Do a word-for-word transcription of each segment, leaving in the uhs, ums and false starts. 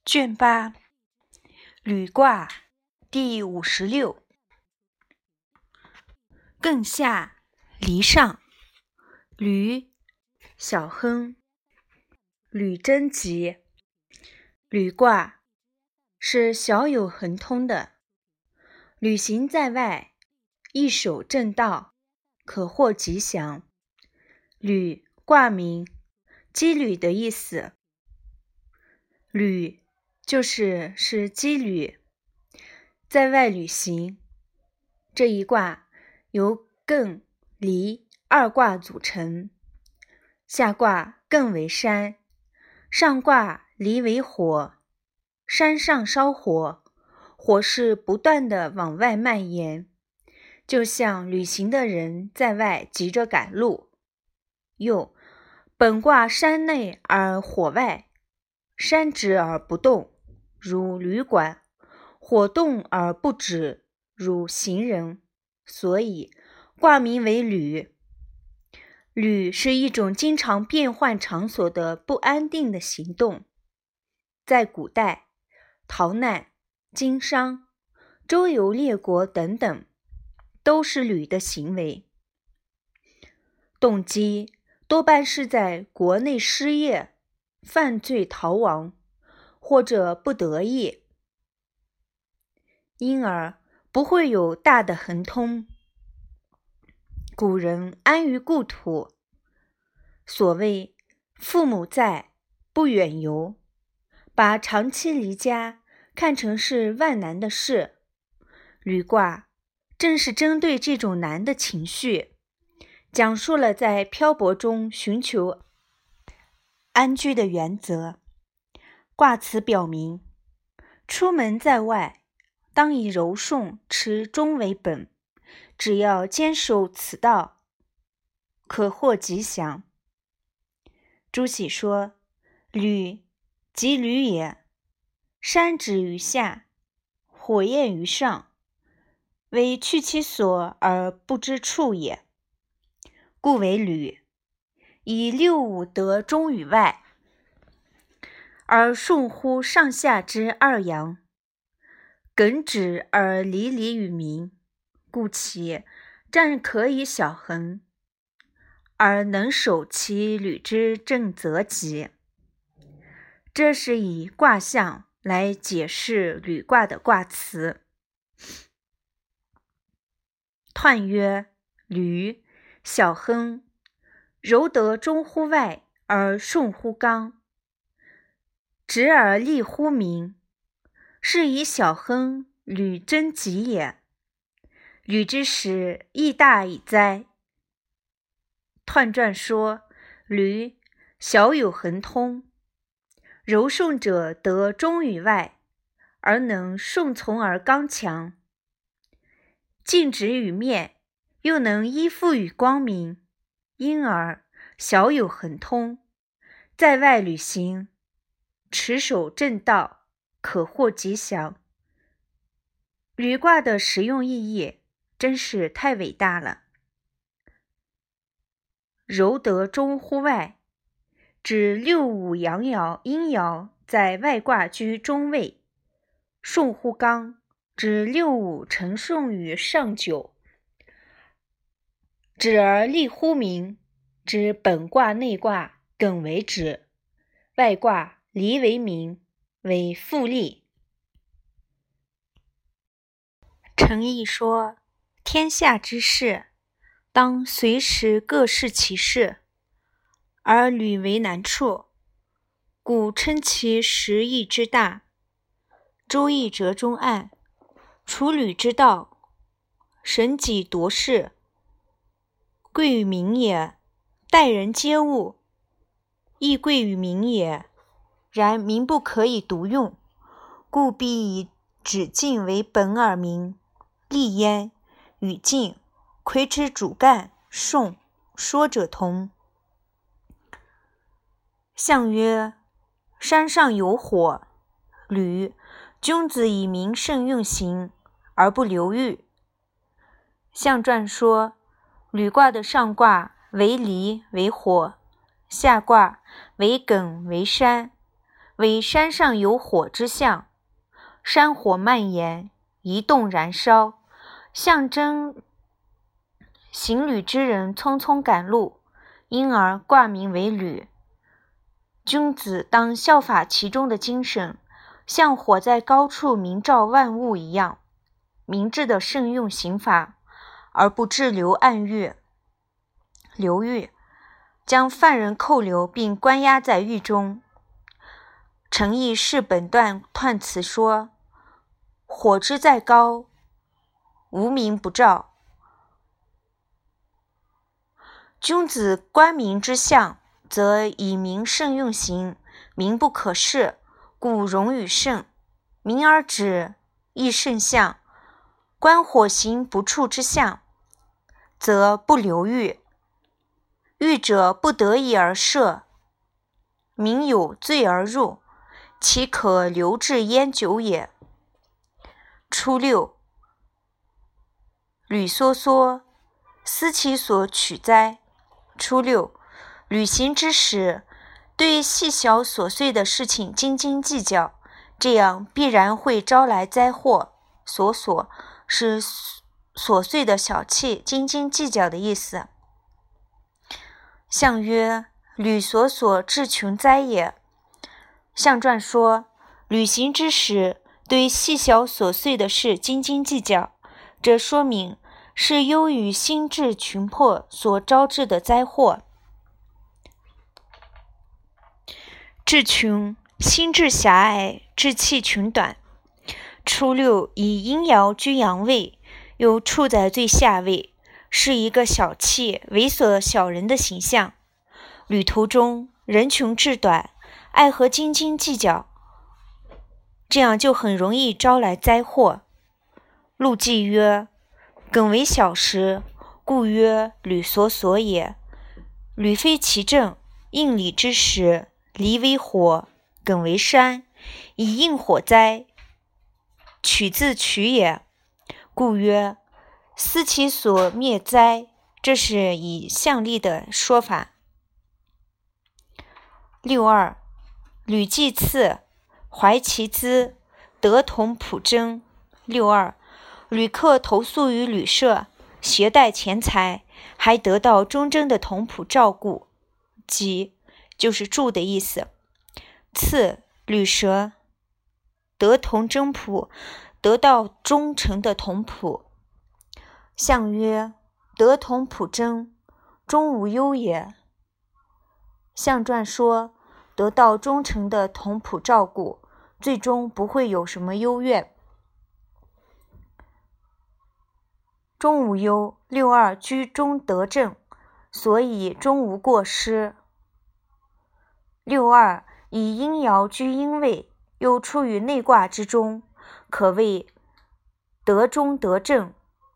卷八履卦第五十六。艮下离上，履小亨，履贞吉。履卦是小有恒通的，履行在外，易守正道，可获吉祥。履卦名羁旅的意思，旅就是是羁旅，在外旅行。这一卦由艮、离二卦组成，下卦艮为山，上卦离为火，山上烧火，火是不断的往外蔓延，就像旅行的人在外急着赶路。又本卦山内而火外，山直而不动，如旅馆；火动而不止，如行人。所以卦名为旅。旅是一种经常变换场所的不安定的行动，在古代逃难、经商、周游列国等等，都是旅的行为。动机多半是在国内失业、犯罪逃亡，或者不得已，因而不会有大的恒通。古人安于故土，所谓父母在，不远游，把长期离家看成是万难的事。履卦正是针对这种难的情绪，讲述了在漂泊中寻求安居的原则。卦辞表明，出门在外，当以柔顺持中为本，只要坚守此道，可获吉祥。朱熹说，履即履也，山止于下，火焰于上，为去其所而不知处也，故为履。以六五得中与外，而顺乎上下之二阳，艮止而离离与民，故其战可以小恒，而能守其履之正则吉。这是以卦象来解释履卦的卦辞。彖曰：履小亨，柔得中乎外而顺乎刚，直而立乎民，是以小亨履贞吉也。履之时，义大矣哉！彖传说，履小有恒通，柔顺者得中与外，而能顺从而刚强，静止与面，又能依附于光明，因而小有恒通，在外旅行，持守正道，可获吉祥。履卦的实用意义真是太伟大了。柔得中乎外，指六五阳爻阴爻在外卦居中位；顺乎刚，指六五承顺于上九；止而立乎民，指本卦内卦艮为止，外卦离为民，为复利。诚意说，天下之事，当随时各适其事，而履为难处，故称其时义之大。周易折中案，处履之道，审己度事，贵于民也，待人接物，亦贵于民也。然民不可以独用，故必以止境为本而民利焉，与敬魁之主干顺说者同。象曰：山上有火，履君子以民慎运行，而不流欲。象传说，履卦的上卦为离为火，下卦为艮为山， 为山上有火之象，山火蔓延，移动燃烧，象征行旅之人匆匆赶路，因而挂名为旅。君子当效法其中的精神，像火在高处明照万物一样，明智地慎用刑罚，而不滞留暗狱、流狱，将犯人扣留并关押在狱中。诚意是本段断词说：火之再高，无名不照。君子观民之相，则以民慎用刑，民不可视，故容与慎。民而止，亦慎相。观火行不处之象，则不留狱。狱者不得已而设，民有罪而入，其可留置焉久也？初六，履梭梭，思其所取哉。初六，旅行之时，对细小琐碎的事情斤斤计较，这样必然会招来灾祸。琐琐是琐碎的小气，斤斤计较的意思。象曰：履所所至穷哉也。象传说，旅行之时，对细小琐碎的事斤斤计较，这说明是由于心智穷迫所招致的灾祸。志穷，心智狭隘，志气穷短。初六，以阴爻居阳位，又处在最下位，是一个小气、猥琐小人的形象。旅途中人穷志短，爱和斤斤计较，这样就很容易招来灾祸。陆记曰：耿为小时，故曰履所所也。履非其正，应礼之时，离为火，耿为山，以应火灾，取自取也，故曰思其所灭哉。这是以象例的说法。六二，履既次，怀其资，得同仆征。六二，旅客投宿于旅社，携带钱财，还得到忠贞的同仆照顾，即就是住的意思。次，旅舍，得同征仆，得到忠诚的同仆。象曰：得同仆征，终无忧也。象传说，得到忠诚的同仆照顾，最终不会有什么忧怨。终无忧，六二居中得正，所以终无过失。六二以阴爻居阴位，又处于内卦之中，可谓得中得正。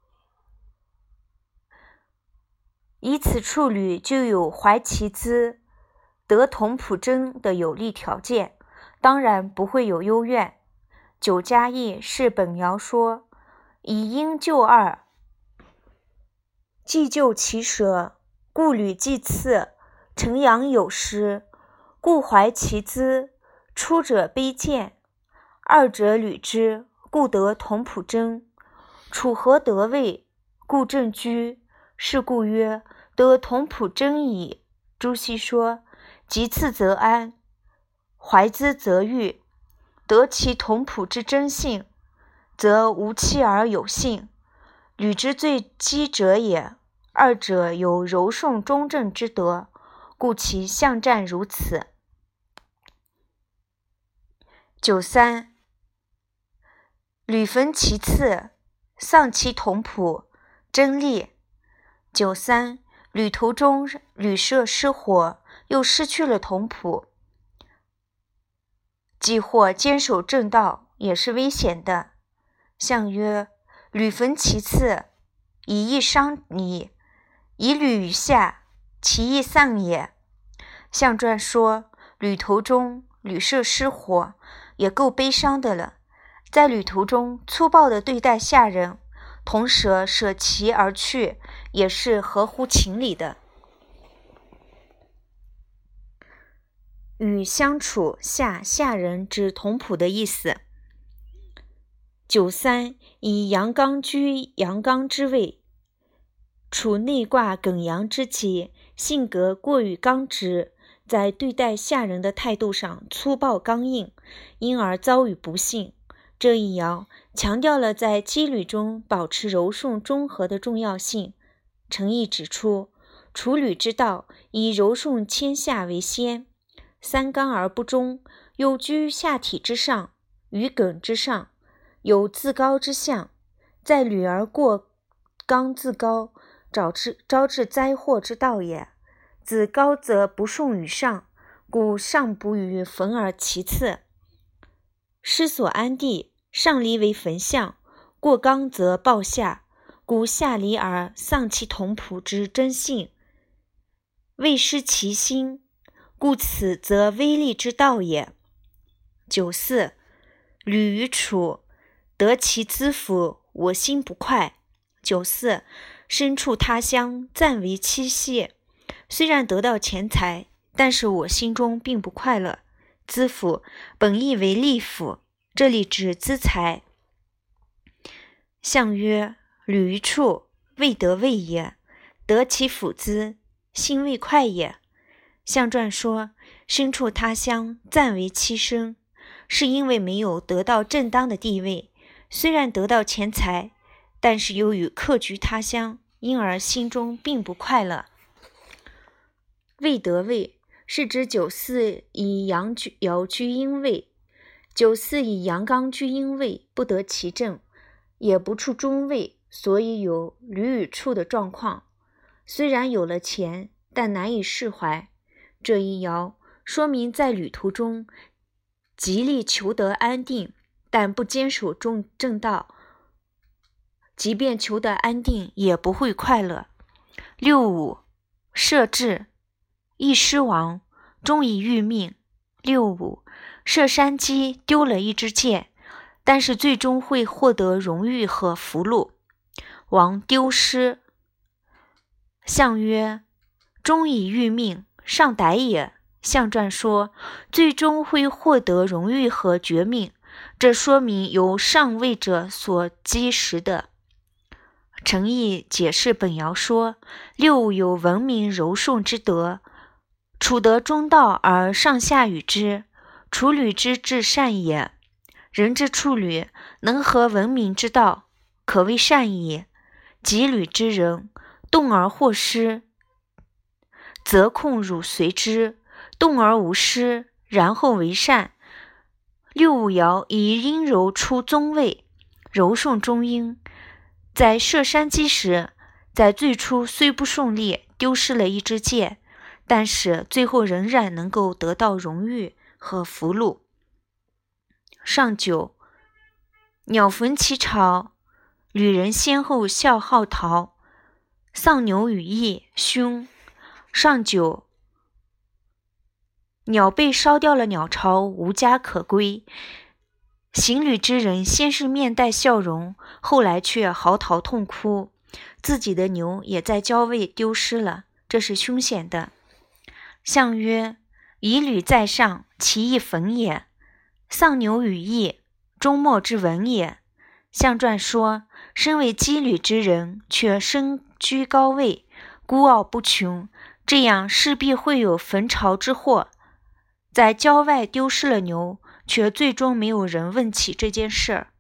以此处履就有怀其资，得同仆征的有利条件，当然不会有忧怨。九加一是本爻说，以阴就二，既就其舍，故履既次，成阳有失，故怀其资，出者卑贱，二者履之，故得同仆征。处合得位，故正居，是故曰得同仆征矣。朱熹说，及次则安，怀资则裕，得其同仆之真性，则无欺而有信，履之最基者也。二者有柔顺中正之德，故其象战如此。九三，履焚其次，丧其同仆，争利。九三，旅途中旅社失火，又失去了同仆，既或坚守正道，也是危险的。象曰：履焚其次，以益伤矣，以履于下，其意丧也。象传说，旅途中旅社失火，也够悲伤的了。在旅途中粗暴地对待下人，同舍舍其而去，也是合乎情理的。 与相处下下人之同仆的意思。九三，以阳刚居阳刚之位，处内卦艮阳之际，性格过于刚直，在对待下人的态度上粗暴刚硬，因而遭遇不幸。这一爻强调了在羁旅中保持柔顺中和的重要性。诚意指出，处履之道以柔顺谦下为先，三刚而不中，又居下体之上，于艮之上，有自高之象，在履而过刚自高，招致招致灾祸之道也。子高则不顺于上，故上不于焚而其次，失所安地，上离为焚象，过刚则暴下，故下离而丧其同仆之真性，未失其心，故此则威力之道也。九四，履于处，得其资服，我心不快。九四，身处他乡，暂为妻妾，虽然得到钱财，但是我心中并不快乐。资服本意为利府，这里指资财。象曰：履于处，未得位也，得其辅资，心未快也。象传说，身处他乡，暂为妻生，是因为没有得到正当的地位，虽然得到钱财，但是由于客居他乡，因而心中并不快乐。未得位是指九四以阳居爻居阴位，九四以阳刚居阴位，不得其正，也不处中位，所以有履与处的状况。虽然有了钱，但难以释怀。这一爻说明在旅途中极力求得安定，但不坚守正正道，即便求得安定，也不会快乐。六五，射至，一失亡，终以遇命。六五，射山鸡丢了一支箭，但是最终会获得荣誉和福禄。王丢失。象曰：终以遇命，上逮也。象传说，最终会获得荣誉和绝命，这说明由上位者所基石的。诚意解释本爻说，六五有文明柔顺之德，处得中道而上下与之，处履之至善也。人之处履能合文明之道，可谓善也。己履之人，动而获失，则控汝随之，动而无失，然后为善。六五爻以阴柔出宗位，柔顺中阴，在射山鸡时，在最初虽不顺利，丢失了一支箭，但是最后仍然能够得到荣誉和福禄。上九，鸟焚其巢，旅人先后笑号逃，丧牛与翼，凶。上九，鸟被烧掉了鸟巢，无家可归。行旅之人先是面带笑容，后来却嚎啕痛哭，自己的牛也在交位丢失了，这是凶险的。象曰：以旅在上，其意焚也。丧牛与翼，终末之文也。象传说，身为羁旅之人，却身居高位，孤傲不穷，这样势必会有焚巢之祸。在郊外丢失了牛，却最终没有人问起这件事儿。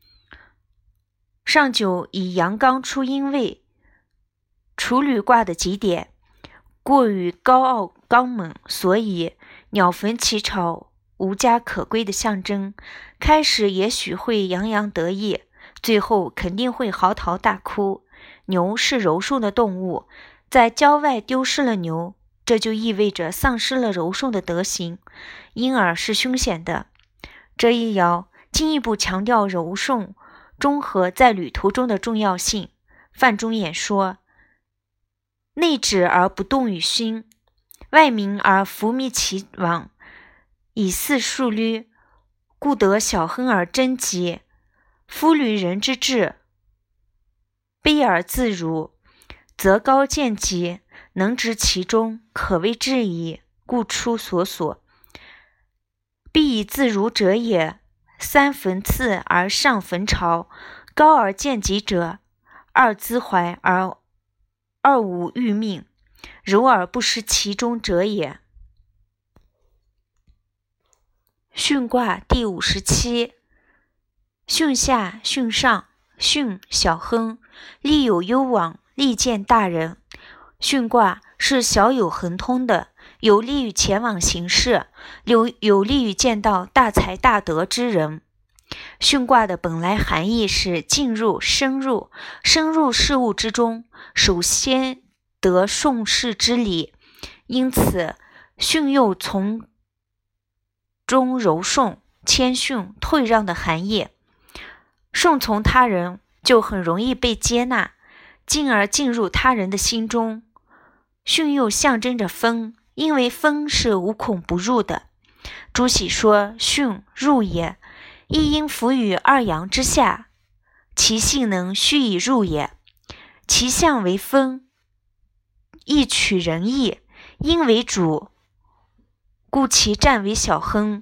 上九以阳刚出阴位，处履卦的极点，过于高傲刚猛，所以鸟焚其巢，无家可归的象征。开始也许会洋洋得意，最后肯定会嚎啕大哭。牛是柔顺的动物，在郊外丢失了牛，这就意味着丧失了柔顺的德行，因而是凶险的。这一爻进一步强调柔顺中和在旅途中的重要性。范仲淹说，内止而不动于心，外明而弗迷其往，以四数律，故得小亨而贞吉。夫履人之志，卑而自辱，则高见极，能执其中，可谓至矣，故出所所。 以自如者也。三逢次而上逢朝，高而见己者，二资怀而二无欲命，柔而不失其中者也。巽卦第五十七。巽下巽上，巽小亨，利有攸往，利见大人。巽卦是小有亨通的，有利于前往行事，有有利于见到大才大德之人。巽卦的本来含义是进入、深入，深入事物之中，首先得顺势之理，因此巽又从中柔顺、谦逊、退让的含义。顺从他人就很容易被接纳，进而进入他人的心中。巽又象征着风，因为风是无孔不入的。朱熹说：巽入也，一应伏于二阳之下，其性能须以入也。其象为风，亦取人意，阴为主，故其战为小亨。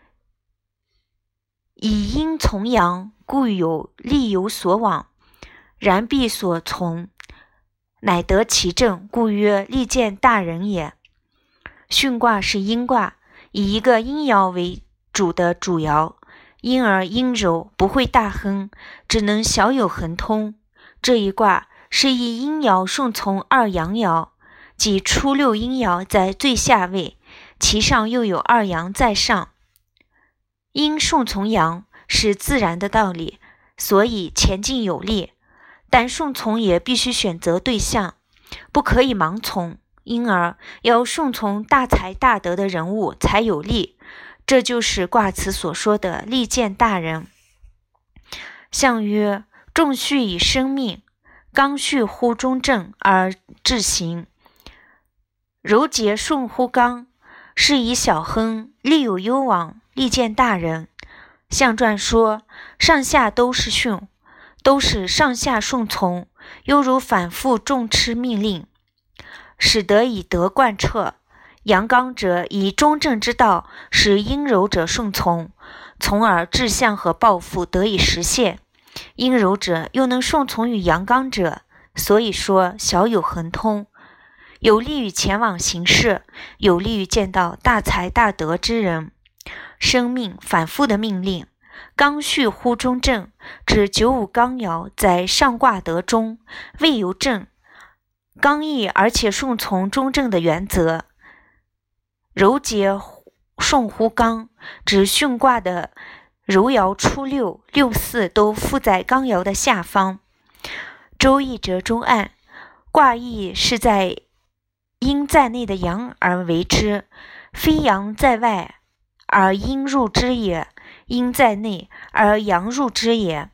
以阴从阳，故有利有所往，然必所从，乃得其正，故曰利见大人也。巽卦是阴卦，以一个阴爻为主的主爻，因而阴柔，不会大亨，只能小有亨通。这一卦是以阴爻顺从二阳爻，即初六阴爻在最下位，其上又有二阳在上。阴顺从阳是自然的道理，所以前进有力，但顺从也必须选择对象，不可以盲从，因而要顺从大才大德的人物才有力。这就是卦辞所说的利见大人。象曰：重序以生命，刚序乎中正而治行，柔节顺乎刚，是以小亨，利有攸往，利见大人。象传说上下都是巽，都是上下顺从，犹如反复重吃命令，使得以德贯彻。阳刚者以中正之道，使阴柔者顺从，从而志向和抱负得以实现。阴柔者又能顺从于阳刚者，所以说小有亨通，有利于前往行事，有利于见到大才大德之人。生命反复的命令，刚序乎中正，指九五刚爻在上卦得中，未由正，刚毅而且顺从中正的原则。柔节顺乎刚，指巽卦的柔爻初六、六四都附在刚爻的下方。周易折中案，卦意是在阴在内的阳而为之，非阳在外而阴入之也，阴在内而阳入之也。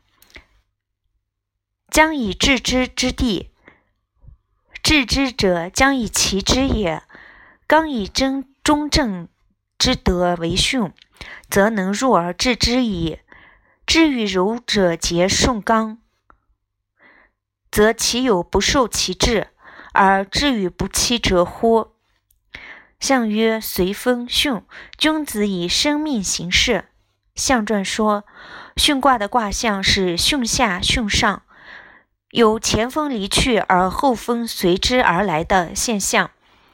将以治之之地，治之者将以其之也。刚以真中正之德为巽，则能入而治之矣。至于柔者节顺刚，则其有不受其制，而至于不欺者乎？象曰：随风巽，君子以生命行事。象传说，巽卦的卦象是巽下巽上，有前风离去而后风随之而来的现象，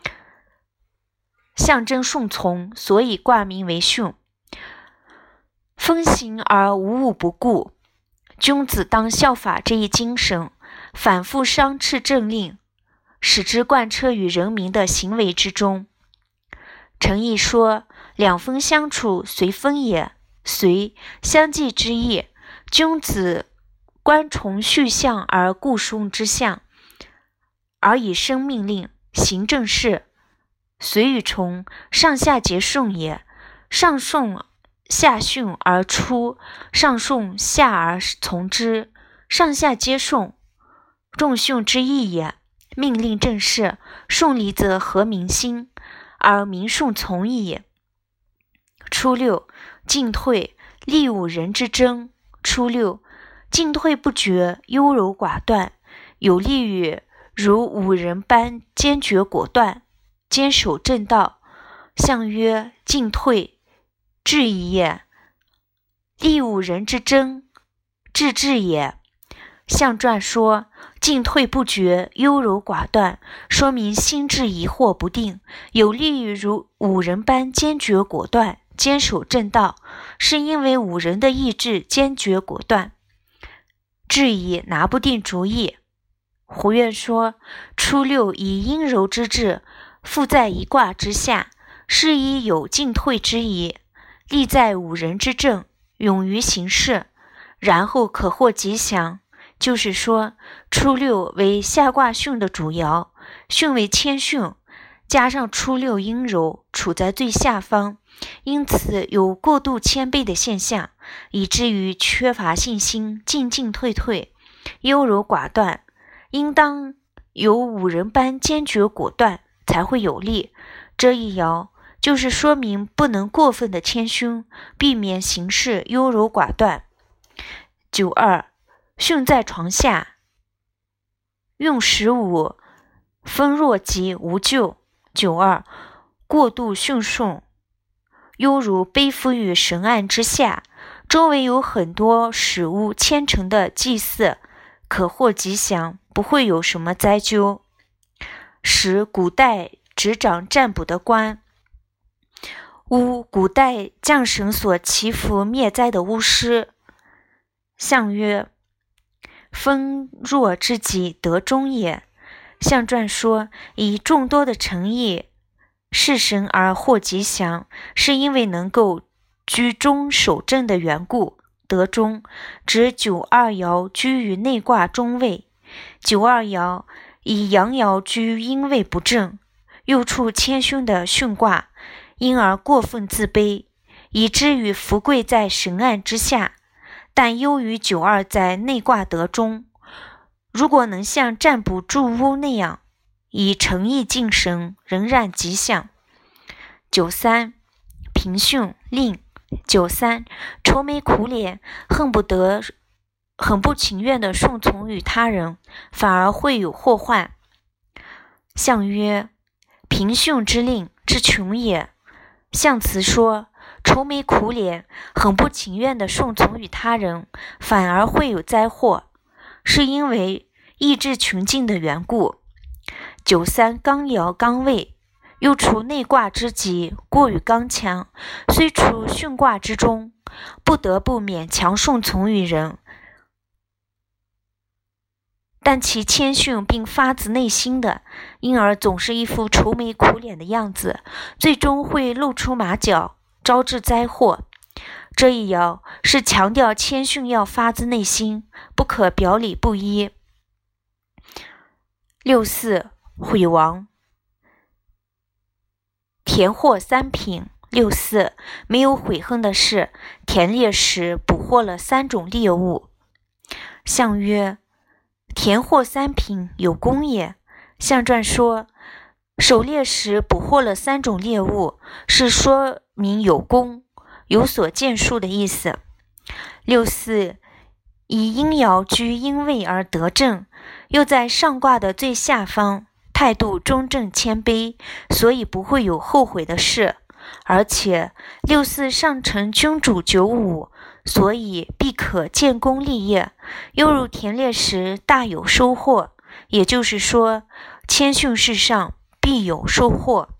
象征顺从，所以卦名为巽。风行而无物不顾，君子当效法这一精神，反复商斥政令，使之贯彻于人民的行为之中。陈毅说：两风相处，随风也。随，相继之意。君子观从序象而固顺之象，而以生命令，行政事。随与从，上下皆顺也。上顺下巽而出，上顺下而从之，上下皆顺，众巽之意也。命令政事，顺理则合民心，而民顺从矣。初六，进退，利吾人之争。初六，进退不决，优柔寡断，有利于如吾人般坚决果断，坚守正道。象曰：进退， 质疑也。立五人之争，治治也。象传说进退不决，优柔寡断，说明心智疑惑不定，有利于如五人般坚决果断，坚守正道，是因为五人的意志坚决果断。质疑拿不定主意。胡愿说，初六以阴柔之志，复在一卦之下，是以有进退之宜，立在五人之正，勇于行事，然后可获吉祥。就是说，初六为下卦巽的主爻，巽为谦巽，加上初六阴柔，处在最下方，因此有过度谦卑的现象，以至于缺乏信心，进进退退，优柔寡断。应当有五人般坚决果断，才会有利。这一爻就是说明不能过分的谦虚，避免行事优柔寡断。九二，巽在床下，用十五，风若急无咎。九二，过度巽顺，犹如背负于神案之下，周围有很多使物虔诚的祭祀，可获吉祥，不会有什么灾咎。十，古代执掌占卜的官。巫，古代降神所祈福灭灾的巫师。象曰，风弱之极，得中也。象传说，以众多的诚意事神而获吉祥，是因为能够居中守正的缘故。得中指九二爻居于内卦中位，九二爻以阳爻居阴位不正，又处谦虚的巽卦，因而过分自卑，以至于福贵在神案之下，但优于九二在内卦得中。如果能像占卜祝巫那样以诚意敬神，仍然吉祥。九三，平巽令。九三，愁眉苦脸，恨不得很不情愿地顺从于他人，反而会有祸患。象曰，平巽之令，之穷也。象辞说，愁眉苦脸，很不情愿地顺从于他人，反而会有灾祸，是因为意志穷尽的缘故。九三，刚爻刚位，又处内卦之极，过于刚强，虽处巽卦之中，不得不勉强顺从于人，但其谦逊并发自内心的，因而总是一副愁眉苦脸的样子，最终会露出马脚，招致灾祸。这一爻是强调谦逊要发自内心，不可表里不一。六四，毁亡。田获三品。六四，没有悔恨的是，田猎时捕获了三种猎物。象曰，田获三品，有功也。象传说，狩猎时捕获了三种猎物，是说明有功，有所建树的意思。六四，以阴爻居阴位而得正，又在上卦的最下方，态度中正谦卑，所以不会有后悔的事。而且六四上承君主九五，所以必可建功立业，又入田猎时大有收获，也就是说，谦逊事上必有收获。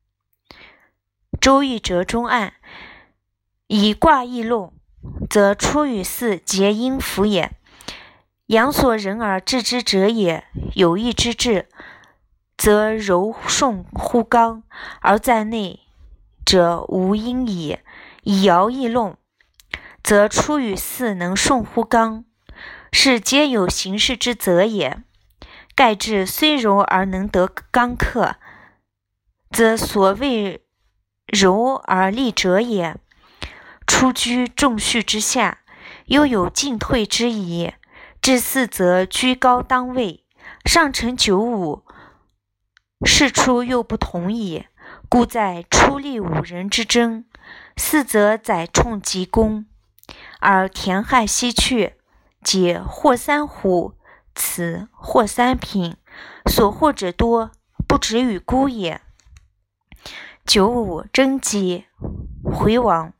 周易折中案，以卦易论，则出与巳皆阴符也。阳所人而治之者也，有义之治，则柔顺乎刚，而在内者无阴矣。以爻易论，则出与巳能顺乎刚，是皆有行事之责也。盖至虽柔而能得刚克，则所谓柔而利者也。出居重序之下，又有进退之宜，至巳则居高当位，上承九五，事出又不同矣，故在出立五人之争。巳则载冲吉攻，而田害西去，解获三虎，此获三品，所获者多，不止与孤也。九五，征吉回往，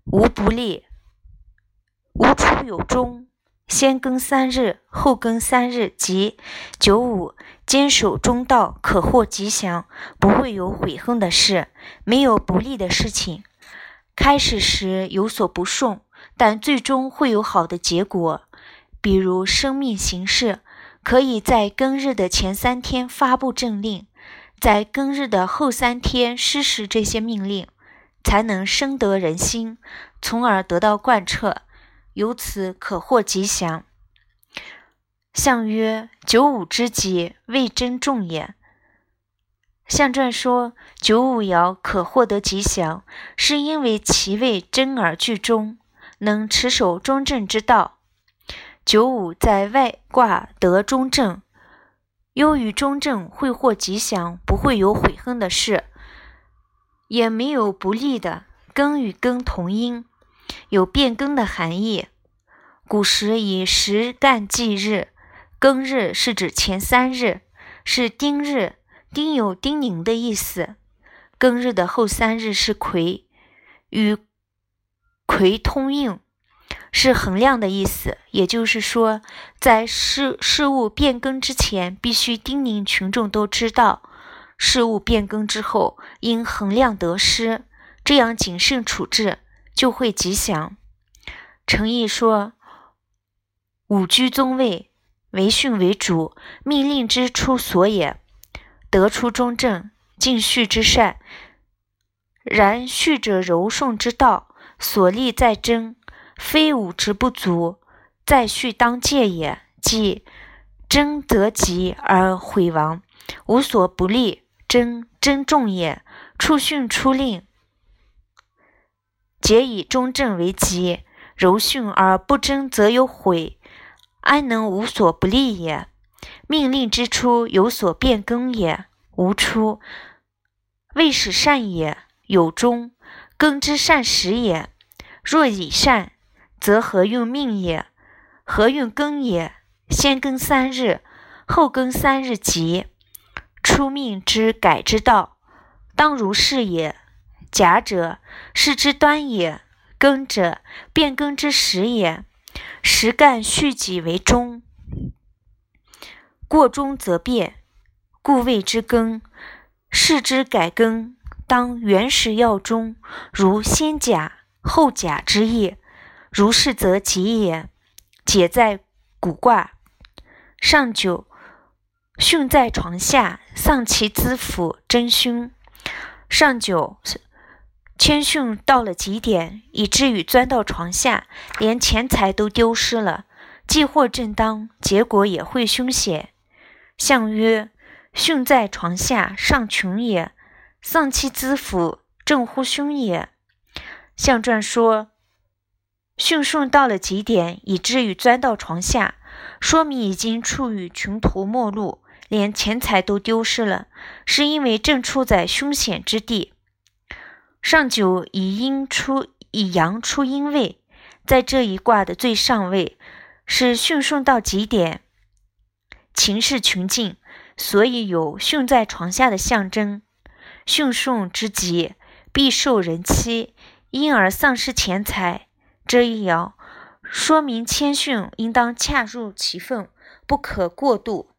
无不利，无出有终，先耕三日，后耕三日吉。九五，坚守中道，可获吉祥，不会有悔恨的事，没有不利的事情。开始时有所不顺，但最终会有好的结果。比如生命行事，可以在庚日的前三天发布政令，在庚日的后三天施行这些命令，才能深得人心，从而得到贯彻，由此可获吉祥。象曰：九五之吉，谓真重也。象传说九五爻可获得吉祥，是因为其位真而居中，能持守中正之道。九五在外卦得中正，优于中正，会获吉祥，不会有悔恨的事，也没有不利的。庚与庚同音，有变更的含义。古时以时干纪日，庚日是指前三日，是丁日，丁有丁宁的意思。庚日的后三日是癸，与癸通应，是衡量的意思。也就是说，在事事物变更之前，必须叮咛群众都知道；事物变更之后，应衡量得失，这样谨慎处置，就会吉祥。程颐说：五居宗位，为训为主，命令之出所也，得出中正，尽序之善。然序者柔顺之道，所立在真，非武之不足，在序当戒也。即真则吉而毁亡，无所不利，真真重也。出训出令，皆以中正为吉，柔训而不真则有毁，安能无所不利也？命令之初，有所变更也，无出，未始善也，有终，更之善始也。若以善，则何用命也？何用更也？先更三日，后更三日吉。出命之改之道，当如是也。假者，是之端也；更者，变更之始也。实干续己为中，过中则变，故谓之更。是之改更，当原始要中，如先甲后甲之意，如是则吉也。解在卜卦。上九，巽在床下，丧其资府，真凶。上九，谦逊到了极点，以至于钻到床下，连钱财都丢失了，既或正当，结果也会凶险。象曰：巽在床下，上穷也；丧其资府，正乎凶也。象传说巽顺到了极点，以至于钻到床下，说明已经处于穷途末路，连钱财都丢失了，是因为正处在凶险之地。上九以阴出以阳出阴位，在这一卦的最上位，是巽顺到极点，情势穷尽，所以有巽在床下的象征。巽顺之极，必受人欺，因而丧失钱财。这一爻说明谦逊应当恰如其分，不可过度。